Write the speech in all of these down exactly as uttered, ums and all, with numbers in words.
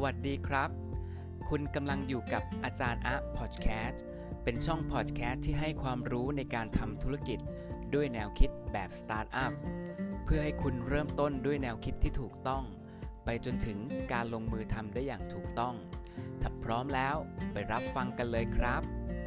วัสดีครับคุณกำลังอยู่กับอาจารย์อะพอดแคสต์เป็นช่องพอดแคสต์ที่ให้ความรู้ในการทำธุรกิจด้วยแนวคิดแบบสตาร์ทอัพเพื่อให้คุณเริ่มต้นด้วยแนวคิดที่ถูกต้องไปจนถึงการลงมือทำได้อย่างถูกต้องถ้าพร้อมแล้วไปรับฟังกันเลยครับ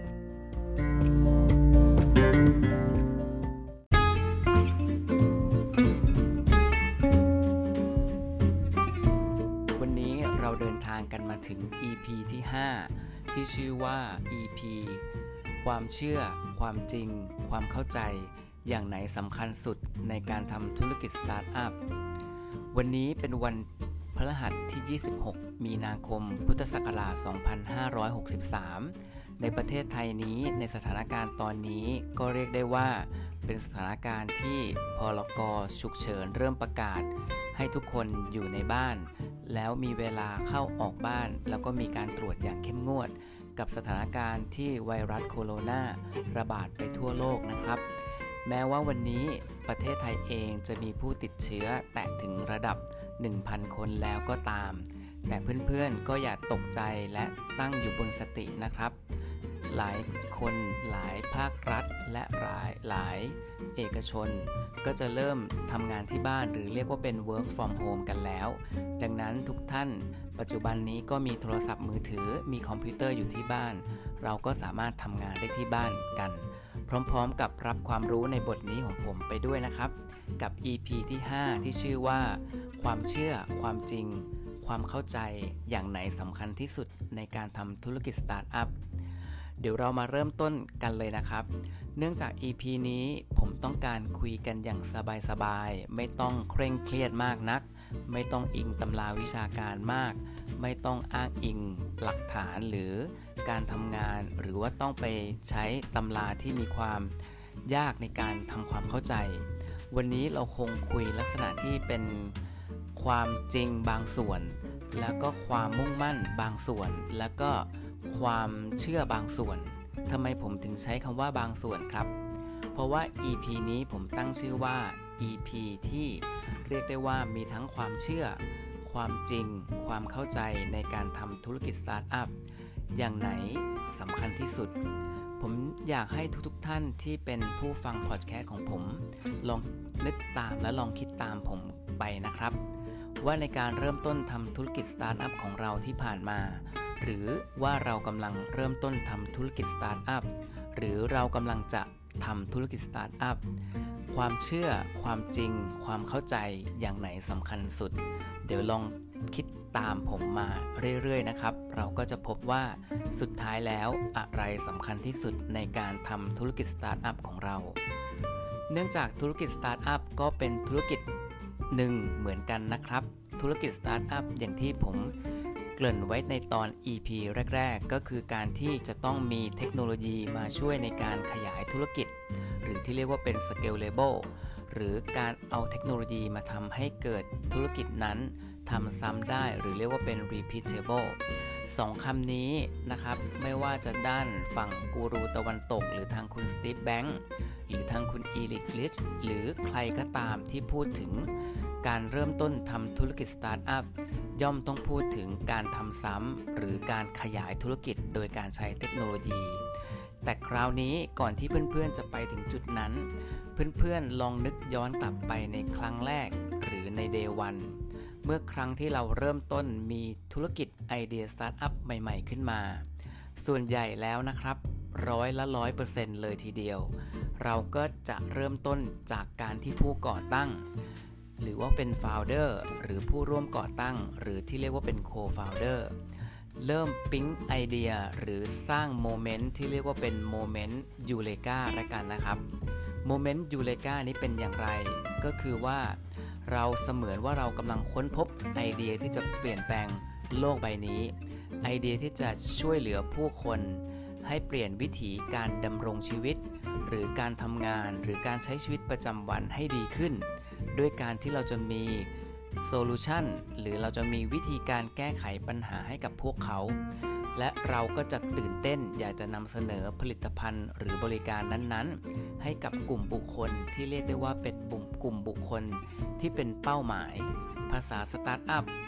วันนี้เราเดินทางกันมาถึง อี พี ที่ ห้า ที่ชื่อว่า อี พี ความเชื่อความจริงความเข้าใจอย่างไหนสำคัญสุดในการทำธุรกิจสตาร์ทอัพวันนี้เป็นวันพฤหัสที่ ยี่สิบหก มีนาคม พุทธศักราช สองพันห้าร้อยหกสิบสาม ในประเทศไทยนี้ในสถานการณ์ตอนนี้ก็เรียกได้ว่าเป็นสถานการณ์ที่พรก.ฉุกเฉินเริ่มประกาศให้ทุกคนอยู่ในบ้านแล้วมีเวลาเข้าออกบ้านแล้วก็มีการตรวจอย่างเข้มงวดกับสถานการณ์ที่ไวรัสโคโรนาระบาดไปทั่วโลกนะครับแม้ว่าวันนี้ประเทศไทยเองจะมีผู้ติดเชื้อแตะถึงระดับ หนึ่งพัน คนแล้วก็ตามแต่เพื่อนๆก็อย่าตกใจและตั้งอยู่บนสตินะครับหลายคนหลายภาครัฐและหลายหลายเอกชนก็จะเริ่มทำงานที่บ้านหรือเรียกว่าเป็น work from home กันแล้วดังนั้นทุกท่านปัจจุบันนี้ก็มีโทรศัพท์มือถือมีคอมพิวเตอร์อยู่ที่บ้านเราก็สามารถทำงานได้ที่บ้านกันพร้อมๆกับรับความรู้ในบทนี้ของผมไปด้วยนะครับกับ อี พี ที่ ห้า ที่ชื่อว่าความเชื่อความจริงความเข้าใจอย่างไหนสำคัญที่สุดในการทำธุรกิจสตาร์ทอัพเดี๋ยวเรามาเริ่มต้นกันเลยนะครับเนื่องจาก อี พี นี้ผมต้องการคุยกันอย่างสบายๆไม่ต้องเคร่งเครียดมากนักไม่ต้องอิงตำราวิชาการมากไม่ต้องอ้างอิงหลักฐานหรือการทำงานหรือว่าต้องไปใช้ตำราที่มีความยากในการทำความเข้าใจวันนี้เราคงคุยลักษณะที่เป็นความจริงบางส่วนแล้วก็ความมุ่งมั่นบางส่วนแล้วก็ความเชื่อบางส่วนทำไมผมถึงใช้คำว่าบางส่วนครับเพราะว่า อี พี นี้ผมตั้งชื่อว่า อี พี ที่เรียกได้ว่ามีทั้งความเชื่อความจริงความเข้าใจในการทำธุรกิจสตาร์ทอัพอย่างไหนสำคัญที่สุดผมอยากให้ทุกๆท่านที่เป็นผู้ฟังพอดแคสต์ของผมลองนึกตามและลองคิดตามผมไปนะครับว่าในการเริ่มต้นทำธุรกิจสตาร์ทอัพของเราที่ผ่านมาหรือว่าเรากำลังเริ่มต้นทำธุรกิจสตาร์ทอัพหรือเรากำลังจะทำธุรกิจสตาร์ทอัพความเชื่อความจริงความเข้าใจอย่างไหนสำคัญสุดเดี๋ยวลองคิดตามผมมาเรื่อยๆนะครับเราก็จะพบว่าสุดท้ายแล้วอะไรสำคัญที่สุดในการทำธุรกิจสตาร์ทอัพของเราเนื่องจากธุรกิจสตาร์ทอัพก็เป็นธุรกิจหนึ่งเหมือนกันนะครับธุรกิจสตาร์ทอัพอย่างที่ผมเกริ่นไว้ในตอน อี พี แรกๆก็คือการที่จะต้องมีเทคโนโลยีมาช่วยในการขยายธุรกิจหรือที่เรียกว่าเป็น scalable หรือการเอาเทคโนโลยีมาทำให้เกิดธุรกิจนั้นทำซ้ำได้หรือเรียกว่าเป็น repeatable สองคำนี้นะครับไม่ว่าจะด้านฝั่งกูรูตะวันตกหรือทางคุณสตีฟแบงค์หรือทางคุณอีริกลิชหรือใครก็ตามที่พูดถึงการเริ่มต้นทำธุรกิจสตาร์ทอัพย่อมต้องพูดถึงการทำซ้ำหรือการขยายธุรกิจโดยการใช้เทคโนโลยีแต่คราวนี้ก่อนที่เพื่อนๆจะไปถึงจุดนั้นเพื่อนๆลองนึกย้อนกลับไปในครั้งแรกหรือใน Day วันเมื่อครั้งที่เราเริ่มต้นมีธุรกิจไอเดียสตาร์ทอัพใหม่ๆขึ้นมาส่วนใหญ่แล้วนะครับร้อยละร้อยเปอร์เซ็นต์เลยทีเดียวเราก็จะเริ่มต้นจากการที่ผู้ก่อตั้งหรือว่าเป็น founder หรือผู้ร่วมก่อตั้งหรือที่เรียกว่าเป็น co-founder เริ่มปิ๊งไอเดียหรือสร้างโมเมนต์ที่เรียกว่าเป็นโมเมนต์ยูเรกาละกันนะครับโมเมนต์ยูเรกานี้เป็นอย่างไรก็คือว่าเราเสมือนว่าเรากำลังค้นพบไอเดียที่จะเปลี่ยนแปลงโลกใบนี้ไอเดียที่จะช่วยเหลือผู้คนให้เปลี่ยนวิถีการดำรงชีวิตหรือการทำงานหรือการใช้ชีวิตประจำวันให้ดีขึ้นด้วยการที่เราจะมีโซลูชันหรือเราจะมีวิธีการแก้ไขปัญหาให้กับพวกเขาและเราก็จะตื่นเต้นอยากจะนำเสนอผลิตภัณฑ์หรือบริการนั้นๆให้กับกลุ่มบุคคลที่เรียกได้ว่าเป็นกลุ่มบุคคลที่เป็นเป้าหมายภาษาสตาร์ทอัพ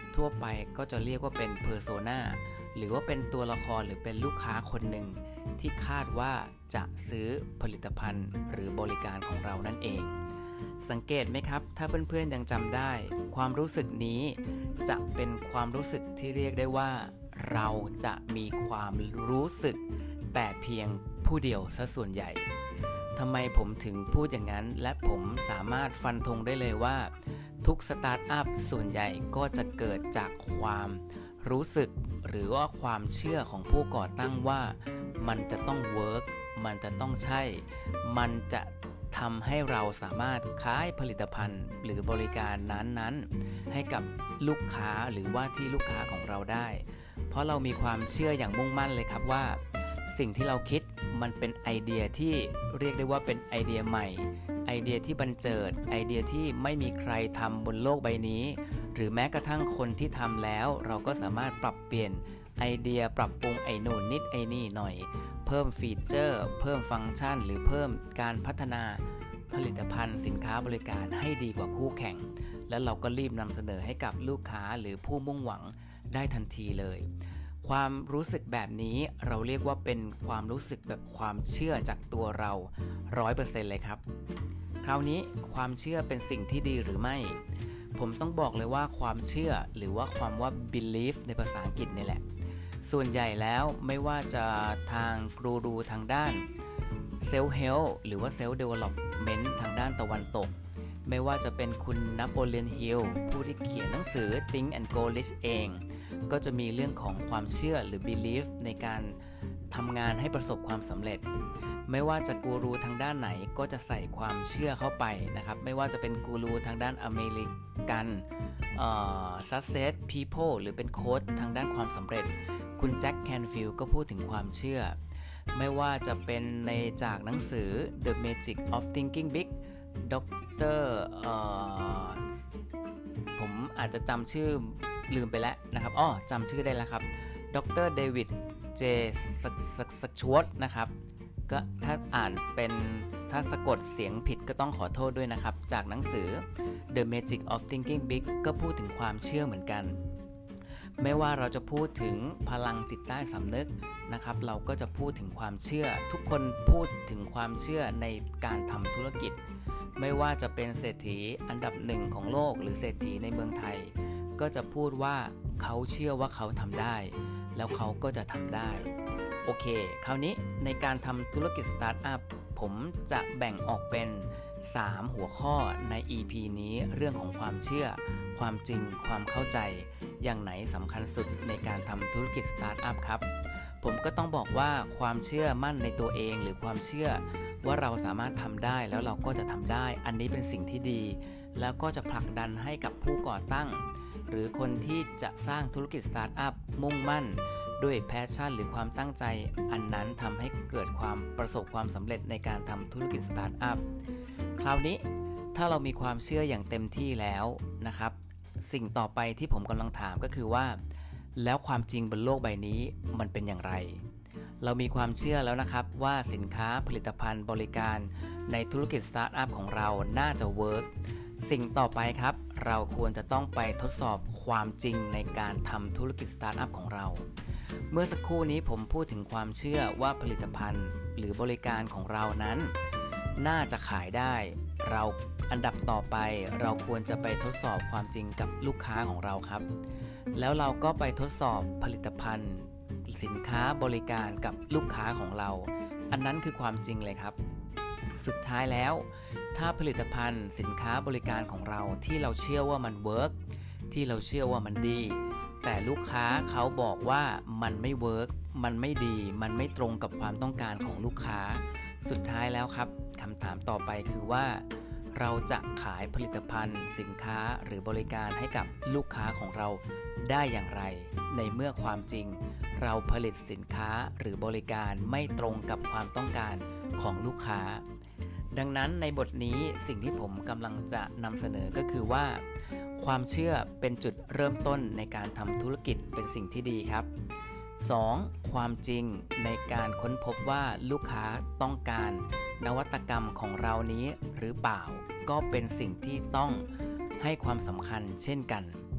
ทั่วไปก็จะเรียกว่าเป็นเพอร์โซนาหรือว่าเป็นตัวละครหรือเป็นลูกค้าคนหนึ่งที่คาดว่าจะซื้อผลิตภัณฑ์หรือบริการของเรานั่นเองสังเกตไหมครับถ้าเพื่อนๆยังจำได้ความรู้สึกนี้จะเป็นความรู้สึกที่เรียกได้ว่าเราจะมีความรู้สึกแต่เพียงผู้เดียวซะส่วนใหญ่ทำไมผมถึงพูดอย่างนั้นและผมสามารถฟันธงได้เลยว่าทุกสตาร์ทอัพส่วนใหญ่ก็จะเกิดจากความรู้สึกหรือว่าความเชื่อของผู้ก่อตั้งว่ามันจะต้องเวิร์กมันจะต้องใช่มันจะทำให้เราสามารถขายผลิตภัณฑ์หรือบริการนั้นๆให้กับลูกค้าหรือว่าที่ลูกค้าของเราได้เพราะเรามีความเชื่ออย่างมุ่งมั่นเลยครับว่าสิ่งที่เราคิดมันเป็นไอเดียที่เรียกได้ว่าเป็นไอเดียใหม่ไอเดียที่บันเจิดไอเดียที่ไม่มีใครทำบนโลกใบนี้หรือแม้กระทั่งคนที่ทำแล้วเราก็สามารถปรับเปลี่ยนไอเดียปรับปรุงไอ้นู่นนิดไอ้นี่หน่อยเพิ่มฟีเจอร์เพิ่มฟังก์ชันหรือเพิ่มการพัฒนาผลิตภัณฑ์สินค้าบริการให้ดีกว่าคู่แข่งและเราก็รีบนำเสนอให้กับลูกค้าหรือผู้มุ่งหวังได้ทันทีเลยความรู้สึกแบบนี้เราเรียกว่าเป็นความรู้สึกแบบความเชื่อจากตัวเรา ร้อยเปอร์เซ็นต์ เลยครับคราวนี้ความเชื่อเป็นสิ่งที่ดีหรือไม่ผมต้องบอกเลยว่าความเชื่อหรือว่าความว่า belief ในภาษาอังกฤษนี่แหละส่วนใหญ่แล้วไม่ว่าจะทางกูรูทางด้าน self help หรือว่า self development ทางด้านตะวันตกไม่ว่าจะเป็นคุณนโปเลียนฮิลผู้ที่เขียนหนังสือ Think and Grow Rich เองก็จะมีเรื่องของความเชื่อหรือ belief ในการทำงานให้ประสบความสำเร็จไม่ว่าจะกูรูทางด้านไหนก็จะใส่ความเชื่อเข้าไปนะครับไม่ว่าจะเป็นกูรูทางด้านอเมริกันเอ่อ success people หรือเป็นโค้ชทางด้านความสำเร็จคุณแจ็คแคนฟิลด์ก็พูดถึงความเชื่อไม่ว่าจะเป็นในจากหนังสือ The Magic of Thinking Big ดรเอ่อผมอาจจะจำชื่อลืมไปแล้วนะครับอ้อจำชื่อได้แล้วครับดรเดวิดเจสชวอตนะครับก็ถ้าอ่านเป็นถ้าสะกดเสียงผิดก็ต้องขอโทษด้วยนะครับจากหนังสือ The Magic of Thinking Big ก็พูดถึงความเชื่อเหมือนกันไม่ว่าเราจะพูดถึงพลังจิตใต้สำนึกนะครับเราก็จะพูดถึงความเชื่อทุกคนพูดถึงความเชื่อในการทำธุรกิจไม่ว่าจะเป็นเศรษฐีอันดับหนึ่งของโลกหรือเศรษฐีในเมืองไทยก็จะพูดว่าเขาเชื่อว่าเขาทำได้แล้วเขาก็จะทำได้โอเคคราวนี้ในการทำธุรกิจสตาร์ทอัพผมจะแบ่งออกเป็นสามหัวข้อใน อี พี นี้เรื่องของความเชื่อความจริงความเข้าใจอย่างไหนสำคัญสุดในการทำธุรกิจสตาร์ทอัพครับผมก็ต้องบอกว่าความเชื่อมั่นในตัวเองหรือความเชื่อว่าเราสามารถทำได้แล้วเราก็จะทำได้อันนี้เป็นสิ่งที่ดีแล้วก็จะผลักดันให้กับผู้ก่อตั้งหรือคนที่จะสร้างธุรกิจสตาร์ทอัพมุ่งมั่นด้วยแพชชั่นหรือความตั้งใจอันนั้นทำให้เกิดความประสบความสำเร็จในการทำธุรกิจสตาร์ทอัพคราวนี้ถ้าเรามีความเชื่ออย่างเต็มที่แล้วนะครับสิ่งต่อไปที่ผมกำลังถามก็คือว่าแล้วความจริงบนโลกใบนี้มันเป็นอย่างไรเรามีความเชื่อแล้วนะครับว่าสินค้าผลิตภัณฑ์บริการในธุรกิจสตาร์ทอัพของเราน่าจะเวิร์กสิ่งต่อไปครับเราควรจะต้องไปทดสอบความจริงในการทำธุรกิจสตาร์ทอัพของเราเมื่อสักครู่นี้ผมพูดถึงความเชื่อว่าผลิตภัณฑ์หรือบริการของเรานั้นน่าจะขายได้เราอันดับต่อไปเราควรจะไปทดสอบความจริงกับลูกค้าของเราครับแล้วเราก็ไปทดสอบผลิตภัณฑ์สินค้าบริการกับลูกค้าของเราอันนั้นคือความจริงเลยครับสุดท้ายแล้วถ้าผลิตภัณฑ์สินค้าบริการของเราที่เราเชื่อว่ามันเวิร์กที่เราเชื่อว่ามันดีแต่ลูกค้าเขาบอกว่ามันไม่เวิร์กมันไม่ดีมันไม่ตรงกับความต้องการของลูกค้าสุดท้ายแล้วครับคำถามต่อไปคือว่าเราจะขายผลิตภัณฑ์สินค้าหรือบริการให้กับลูกค้าของเราได้อย่างไรในเมื่อความจริงเราผลิตสินค้าหรือบริการไม่ตรงกับความต้องการของลูกค้าดังนั้นในบทนี้สิ่งที่ผมกำลังจะนำเสนอก็คือว่าความเชื่อเป็นจุดเริ่มต้นในการทำธุรกิจเป็นสิ่งที่ดีครับ สอง. ความจริงในการค้นพบว่าลูกค้าต้องการนวัตกรรมของเรานี้หรือเปล่าก็เป็นสิ่งที่ต้องให้ความสำคัญเช่นกัน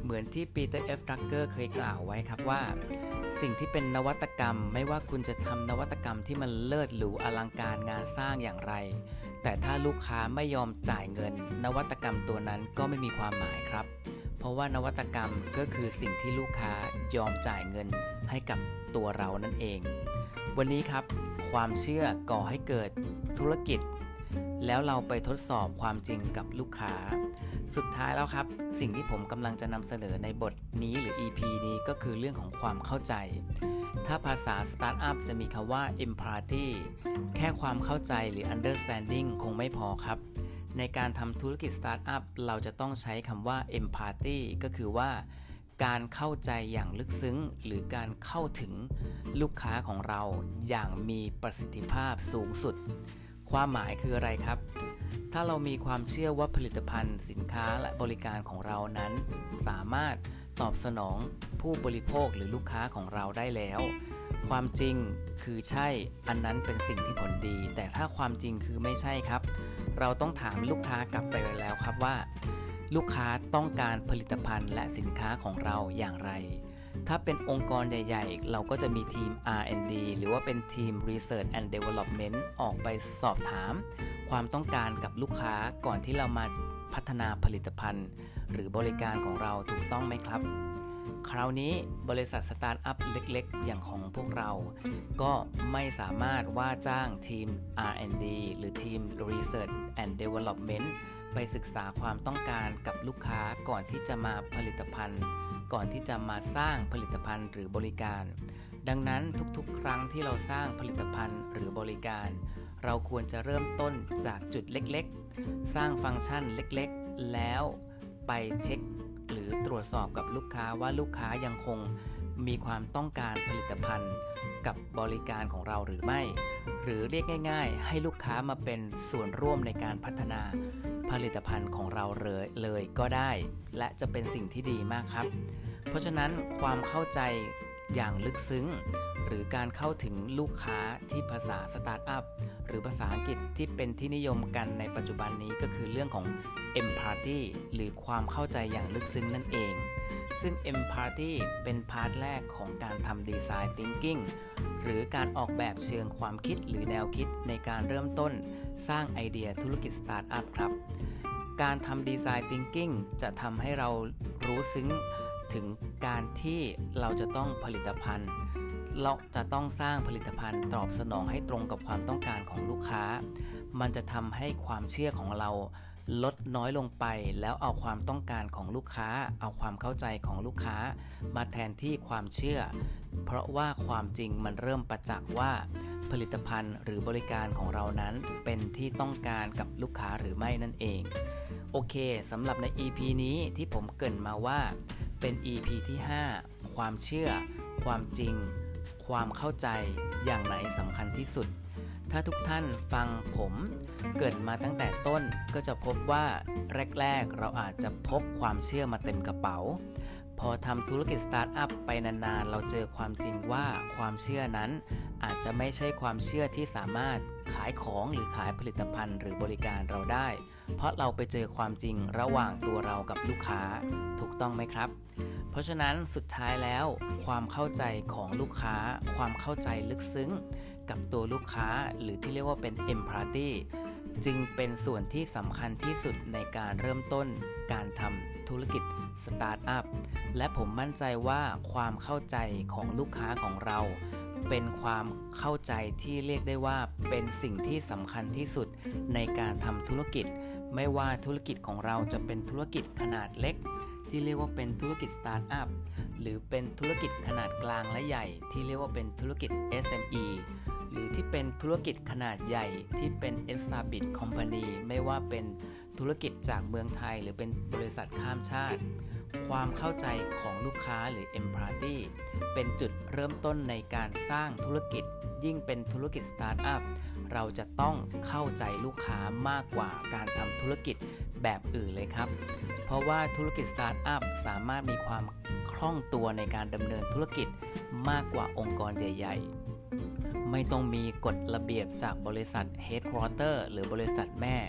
เหมือนที่ปีเตอร์ เอฟ ดรักเกอร์เคยกล่าวไว้ครับว่าสิ่งที่เป็นนวัตกรรมไม่ว่าคุณจะทำนวัตกรรมที่มันเลิศหรูอลังการงานสร้างอย่างไรแต่ถ้าลูกค้าไม่ยอมจ่ายเงินนวัตกรรมตัวนั้นก็ไม่มีความหมายครับเพราะว่านวัตกรรมก็คือสิ่งที่ลูกค้ายอมจ่ายเงินให้กับตัวเรานั่นเองวันนี้ครับความเชื่อก่อให้เกิดธุรกิจแล้วเราไปทดสอบความจริงกับลูกค้าสุดท้ายแล้วครับสิ่งที่ผมกำลังจะนำเสนอในบทนี้หรือ อี พี นี้ก็คือเรื่องของความเข้าใจถ้าภาษาสตาร์ทอัพจะมีคำว่า empathy แค่ความเข้าใจหรือ understanding คงไม่พอครับในการทำธุรกิจสตาร์ทอัพเราจะต้องใช้คำว่า empathy ก็คือว่าการเข้าใจอย่างลึกซึ้งหรือการเข้าถึงลูกค้าของเราอย่างมีประสิทธิภาพสูงสุดความหมายคืออะไรครับถ้าเรามีความเชื่อว่าผลิตภัณฑ์สินค้าและบริการของเรานั้นสามารถตอบสนองผู้บริโภคหรือลูกค้าของเราได้แล้วความจริงคือใช่อันนั้นเป็นสิ่งที่ผลดีแต่ถ้าความจริงคือไม่ใช่ครับเราต้องถามลูกค้ากลับไปแล้วครับว่าลูกค้าต้องการผลิตภัณฑ์และสินค้าของเราอย่างไรถ้าเป็นองค์กรใหญ่ๆเราก็จะมีทีม อาร์ แอนด์ ดี หรือว่าเป็นทีม Research and Development ออกไปสอบถามความต้องการกับลูกค้าก่อนที่เรามาพัฒนาผลิตภัณฑ์หรือบริการของเราถูกต้องไหมครับคราวนี้บริษัทสตาร์ทอัพเล็กๆอย่างของพวกเราก็ไม่สามารถว่าจ้างทีม อาร์ แอนด์ ดี หรือทีม Research and Development ไปศึกษาความต้องการกับลูกค้าก่อนที่จะมาผลิตภัณฑ์ก่อนที่จะมาสร้างผลิตภัณฑ์หรือบริการดังนั้นทุกๆครั้งที่เราสร้างผลิตภัณฑ์หรือบริการเราควรจะเริ่มต้นจากจุดเล็กๆสร้างฟังก์ชันเล็กๆแล้วไปเช็คหรือตรวจสอบกับลูกค้าว่าลูกค้ายังคงมีความต้องการผลิตภัณฑ์กับบริการของเราหรือไม่หรือเรียกง่ายๆให้ลูกค้ามาเป็นส่วนร่วมในการพัฒนาผลิตภัณฑ์ของเราเลยเลยก็ได้และจะเป็นสิ่งที่ดีมากครับเพราะฉะนั้นความเข้าใจอย่างลึกซึ้งหรือการเข้าถึงลูกค้าที่ภาษาสตาร์ทอัพหรือภาษาอังกฤษที่เป็นที่นิยมกันในปัจจุบันนี้ก็คือเรื่องของ empathy หรือความเข้าใจอย่างลึกซึ้งนั่นเองซึ่ง empathy เป็นพาร์ทแรกของการทำ design thinking หรือการออกแบบเชิงความคิดหรือแนวคิดในการเริ่มต้นสร้างไอเดียธุรกิจสตาร์ทอัพครับการทำ design thinking จะทำให้เรารู้ซึ้งถึงการที่เราจะต้องผลิตภัณฑ์เราจะต้องสร้างผลิตภัณฑ์ตอบสนองให้ตรงกับความต้องการของลูกค้ามันจะทำให้ความเชื่อของเราลดน้อยลงไปแล้วเอาความต้องการของลูกค้าเอาความเข้าใจของลูกค้ามาแทนที่ความเชื่อเพราะว่าความจริงมันเริ่มประจักษ์ว่าผลิตภัณฑ์หรือบริการของเรานั้นเป็นที่ต้องการกับลูกค้าหรือไม่นั่นเองโอเคสำหรับใน อี พี นี้ที่ผมเกริ่นมาว่าเป็น อี พี ที่ห้าความเชื่อความจริงความเข้าใจอย่างไหนสำคัญที่สุดถ้าทุกท่านฟังผมเกริ่นมาตั้งแต่ต้นก็จะพบว่าแรกๆเราอาจจะพกความเชื่อมาเต็มกระเป๋าพอทำธุรกิจสตาร์ทอัพไปนานๆเราเจอความจริงว่าความเชื่อนั้นอาจจะไม่ใช่ความเชื่อที่สามารถขายของหรือขายผลิตภัณฑ์หรือบริการเราได้เพราะเราไปเจอความจริงระหว่างตัวเรากับลูกค้าถูกต้องไหมครับเพราะฉะนั้นสุดท้ายแล้วความเข้าใจของลูกค้าความเข้าใจลึกซึ้งกับตัวลูกค้าหรือที่เรียกว่าเป็น empathy จึงเป็นส่วนที่สำคัญที่สุดในการเริ่มต้นการทำธุรกิจสตาร์ทอัพและผมมั่นใจว่าความเข้าใจของลูกค้าของเราเป็นความเข้าใจที่เรียกได้ว่าเป็นสิ่งที่สำคัญที่สุดในการทำธุรกิจไม่ว่าธุรกิจของเราจะเป็นธุรกิจขนาดเล็กที่เรียกว่าเป็นธุรกิจสตาร์ทอัพหรือเป็นธุรกิจขนาดกลางและใหญ่ที่เรียกว่าเป็นธุรกิจ เอส เอ็ม อี หรือที่เป็นธุรกิจขนาดใหญ่ที่เป็น Established Company ไม่ว่าเป็นธุรกิจจากเมืองไทยหรือเป็นบริษัทข้ามชาติความเข้าใจของลูกค้าหรือ Empathy เป็นจุดเริ่มต้นในการสร้างธุรกิจยิ่งเป็นธุรกิจสตาร์ทอัพเราจะต้องเข้าใจลูกค้ามากกว่าการทำธุรกิจแบบอื่นเลยครับเพราะว่าธุรกิจสตาร์ทอัพสามารถมีความคล่องตัวในการดำเนินธุรกิจมากกว่าองค์กรใหญ่ๆไม่ต้องมีกฎระเบียบจากบริษัท Headquarter หรือบริษัทแม่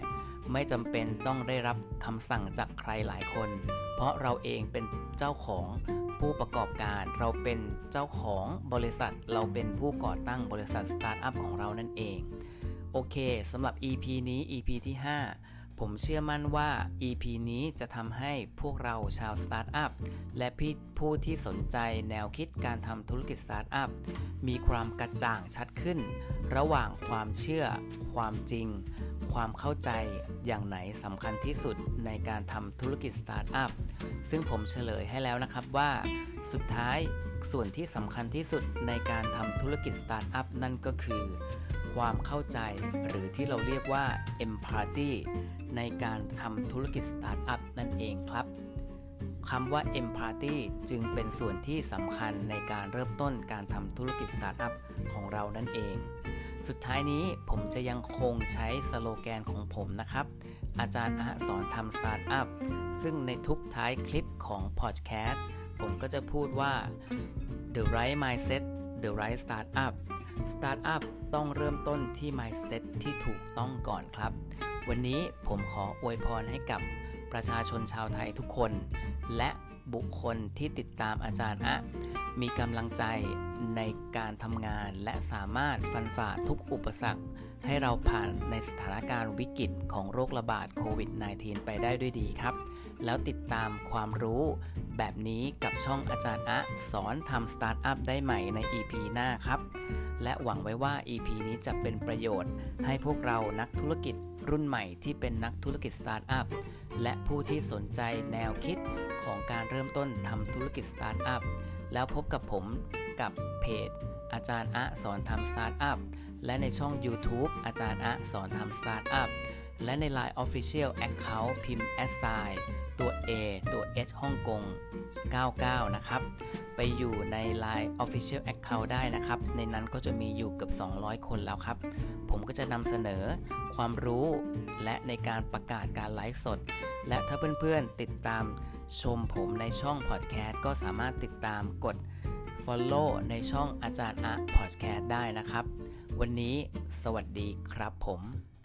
ไม่จำเป็นต้องได้รับคำสั่งจากใครหลายคนเพราะเราเองเป็นเจ้าของผู้ประกอบการเราเป็นเจ้าของบริษัทเราเป็นผู้ก่อตั้งบริษัทสตาร์ทอัพของเรานั่นเองโอเคสำหรับ อี พี นี้ อี พี ที่ห้าผมเชื่อมั่นว่า อี พี นี้จะทำให้พวกเราชาวสตาร์ทอัพและผู้ที่สนใจแนวคิดการทำธุรกิจสตาร์ทอัพมีความกระจ่างชัดขึ้นระหว่างความเชื่อความจริงความเข้าใจอย่างไหนสำคัญที่สุดในการทำธุรกิจสตาร์ทอัพซึ่งผมเฉลยให้แล้วนะครับว่าสุดท้ายส่วนที่สำคัญที่สุดในการทำธุรกิจสตาร์ทอัพนั่นก็คือความเข้าใจหรือที่เราเรียกว่า empathy ในการทำธุรกิจสตาร์ทอัพนั่นเองครับคำว่า empathy จึงเป็นส่วนที่สำคัญในการเริ่มต้นการทำธุรกิจสตาร์ทอัพของเรานั่นเองสุดท้ายนี้ผมจะยังคงใช้สโลแกนของผมนะครับอาจารย์อะสอนทำสตาร์ทอัพซึ่งในทุกท้ายคลิปของพอดแคสต์ผมก็จะพูดว่า the right mindset the right startup startup ต้องเริ่มต้นที่ mindset ที่ถูกต้องก่อนครับวันนี้ผมขออวยพรให้กับประชาชนชาวไทยทุกคนและบุคคลที่ติดตามอาจารย์อะมีกำลังใจในการทำงานและสามารถฟันฝ่าทุกอุปสรรคให้เราผ่านในสถานการณ์วิกฤตของโรคระบาดโควิด สิบเก้า ไปได้ด้วยดีครับแล้วติดตามความรู้แบบนี้กับช่องอาจารย์อะสอนทำสตาร์ทอัพได้ใหม่ใน อี พี หน้าครับและหวังไว้ว่า อี พี นี้จะเป็นประโยชน์ให้พวกเรานักธุรกิจรุ่นใหม่ที่เป็นนักธุรกิจสตาร์ทอัพและผู้ที่สนใจแนวคิดของการเริ่มต้นทำธุรกิจสตาร์ทอัพแล้วพบกับผมกับเพจอาจารย์อะสอนทำสตาร์ทอัพและในช่อง YouTube อาจารย์อะสอนทำสตาร์ทอัพและใน ไลน์ Official Account พิมพ์ แอท ไซน์ ตัว A ตัว H ฮ่องกงเก้าสิบเก้านะครับไปอยู่ใน ไลน์ Official Account ได้นะครับในนั้นก็จะมีอยู่เกือบสองร้อยคนแล้วครับผมก็จะนำเสนอความรู้และในการประกาศการไลฟ์สดและถ้าเพื่อนๆติดตามชมผมในช่องพอดแคสต์ก็สามารถติดตามกด Follow ในช่องอาจารย์อะพอดแคสต์ได้นะครับวันนี้สวัสดีครับผม